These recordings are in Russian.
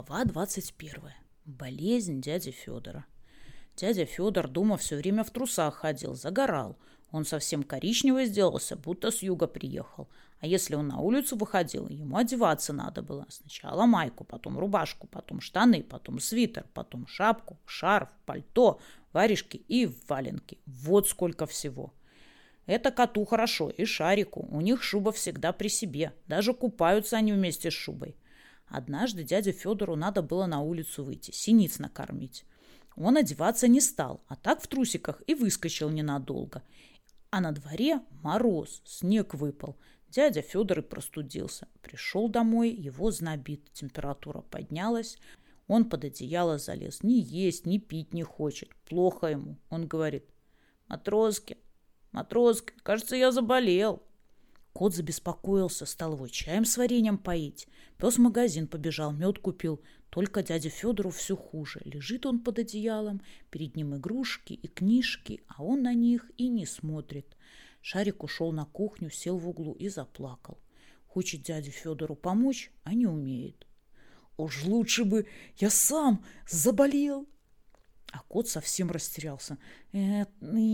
Глава 21. Болезнь дяди Федора. Дядя Федор дома все время в трусах ходил, загорал. Он совсем коричневый сделался, будто с юга приехал. А если он на улицу выходил, ему одеваться надо было. Сначала майку, потом рубашку, потом штаны, потом свитер, потом шапку, шарф, пальто, варежки и валенки. Вот сколько всего. Это коту хорошо и Шарику. У них шуба всегда при себе. Даже купаются они вместе с шубой. Однажды дяде Федору надо было на улицу выйти, синиц накормить. Он одеваться не стал, а так в трусиках и выскочил ненадолго. А на дворе мороз, снег выпал. Дядя Федор и простудился. Пришел домой, его знобит, температура поднялась. Он под одеяло залез, ни есть, ни пить не хочет. Плохо ему. Он говорит: Матроскин, кажется, я заболел. Кот забеспокоился, стал его чаем с вареньем поить. Пес в магазин побежал, мед купил. Только дяде Федору все хуже. Лежит он под одеялом, перед ним игрушки и книжки, а он на них и не смотрит. Шарик ушел на кухню, сел в углу и заплакал. Хочет дяде Федору помочь, а не умеет. Уж лучше бы я сам заболел. А кот совсем растерялся. Я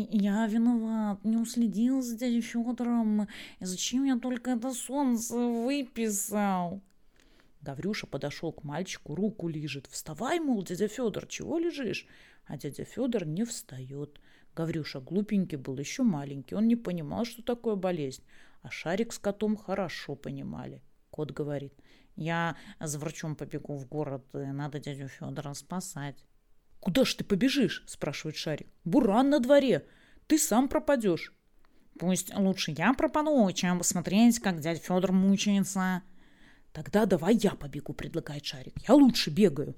виноват, не уследил за дядей Федором. Зачем я только это солнце выписал? Гаврюша подошел к мальчику, руку лижет. Вставай, мол, дядя Федор, чего лежишь? А дядя Федор не встает. Гаврюша глупенький был, еще маленький. Он не понимал, что такое болезнь. А Шарик с котом хорошо понимали. Кот говорит: я с врачом побегу в город, надо дядю Федора спасать. «Куда ж ты побежишь?» – спрашивает Шарик. «Буран на дворе. Ты сам пропадешь». «Пусть лучше я пропаду, чем смотреть, как дядя Федор мучается». «Тогда давай я побегу», – предлагает Шарик. «Я лучше бегаю».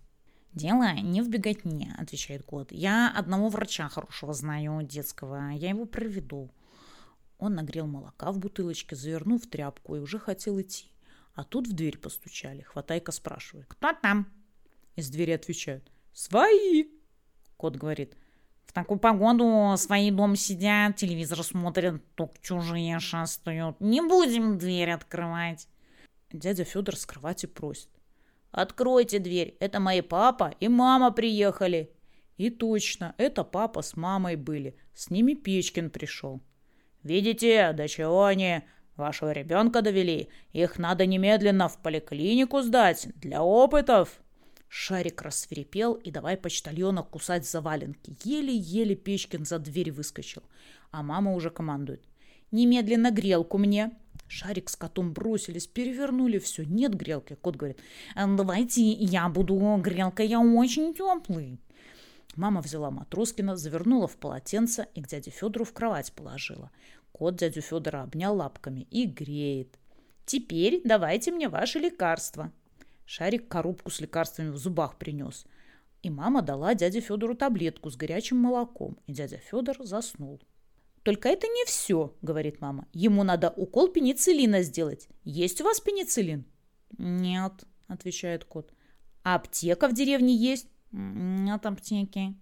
«Дело не в беготне», – отвечает кот. «Я одного врача хорошего знаю, детского. Я его проведу». Он нагрел молока в бутылочке, завернул в тряпку и уже хотел идти. А тут в дверь постучали. Хватайка спрашивает: «Кто там?» Из двери отвечают: «Свои!» Кот говорит: «В такую погоду свои дома сидят, телевизор смотрят, только чужие шастают. Не будем дверь открывать». Дядя Федор с кровати просит: «Откройте дверь, это мои папа и мама приехали». И точно, это папа с мамой были, с ними Печкин пришел. «Видите, до чего они вашего ребенка довели? Их надо немедленно в поликлинику сдать для опытов». Шарик рассвирепел и давай почтальона кусать за валенки. Еле-еле Печкин за дверь выскочил. А мама уже командует: «Немедленно грелку мне». Шарик с котом бросились, перевернули все. Нет грелки. Кот говорит: «Давайте я буду грелкой, я очень теплый». Мама взяла Матроскина, завернула в полотенце и к дяде Федору в кровать положила. Кот дядю Федора обнял лапками и греет. «Теперь давайте мне ваши лекарства». Шарик коробку с лекарствами в зубах принес. И мама дала дяде Федору таблетку с горячим молоком. И дядя Федор заснул. «Только это не все», — говорит мама. «Ему надо укол пенициллина сделать. Есть у вас пенициллин?» «Нет», — отвечает кот. «А аптека в деревне есть?» «Нет аптеки».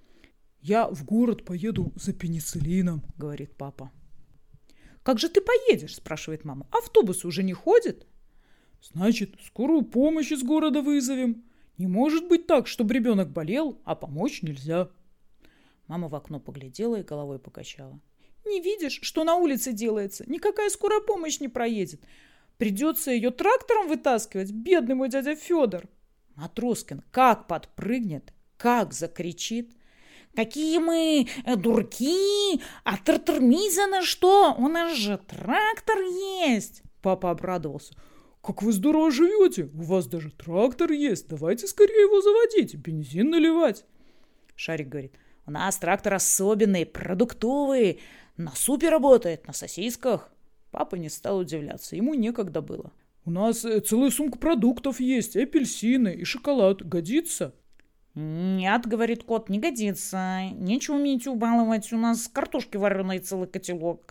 «Я в город поеду за пенициллином», — говорит папа. «Как же ты поедешь?» — спрашивает мама. «Автобус уже не ходит?» «Значит, скорую помощь из города вызовем. Не может быть так, чтобы ребенок болел, а помочь нельзя». Мама в окно поглядела и головой покачала. «Не видишь, что на улице делается? Никакая скорая помощь не проедет. Придется ее трактором вытаскивать, бедный мой дядя Федор». Матроскин как подпрыгнет, как закричит: «Какие мы дурки! А тартармизано что? У нас же трактор есть!» Папа обрадовался: «Как вы здорово живете! У вас даже трактор есть! Давайте скорее его заводить, бензин наливать!» Шарик говорит: «У нас трактор особенный, продуктовый, на супе работает, на сосисках». Папа не стал удивляться, ему некогда было. «У нас целая сумка продуктов есть, апельсины и шоколад. Годится?» «Нет, — говорит кот, — не годится. Нечего Митю убаловать, у нас картошки вареной целый котелок».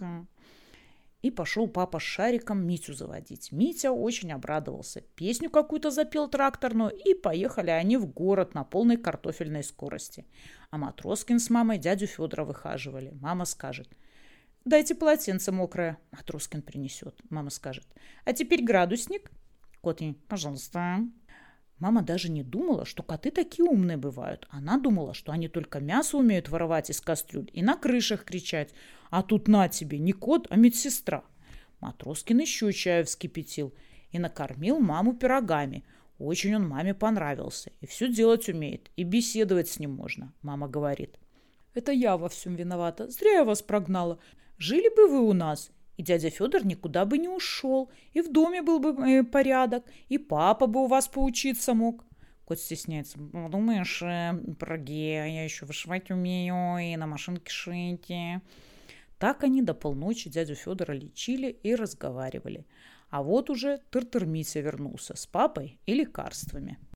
И пошел папа с Шариком Митю заводить. Митя очень обрадовался. Песню какую-то запел тракторную, и поехали они в город на полной картофельной скорости. А Матроскин с мамой дядю Федора выхаживали. Мама скажет: «Дайте полотенце мокрое». Матроскин принесет. Мама скажет: «А теперь градусник». Кот ей: «Пожалуйста». Мама даже не думала, что коты такие умные бывают. Она думала, что они только мясо умеют воровать из кастрюль и на крышах кричать. А тут на тебе, не кот, а медсестра. Матроскин еще чаю вскипятил и накормил маму пирогами. Очень он маме понравился. И все делать умеет, и беседовать с ним можно, мама говорит. Это я во всем виновата. Зря я вас прогнала. Жили бы вы у нас, и дядя Федор никуда бы не ушел, и в доме был бы порядок, и папа бы у вас поучиться мог. Кот стесняется. Думаешь, пироги, я еще вышивать умею, и на машинке шить. Так они до полночи дядю Федора лечили и разговаривали. А вот уже Тыртыр Митя вернулся с папой и лекарствами.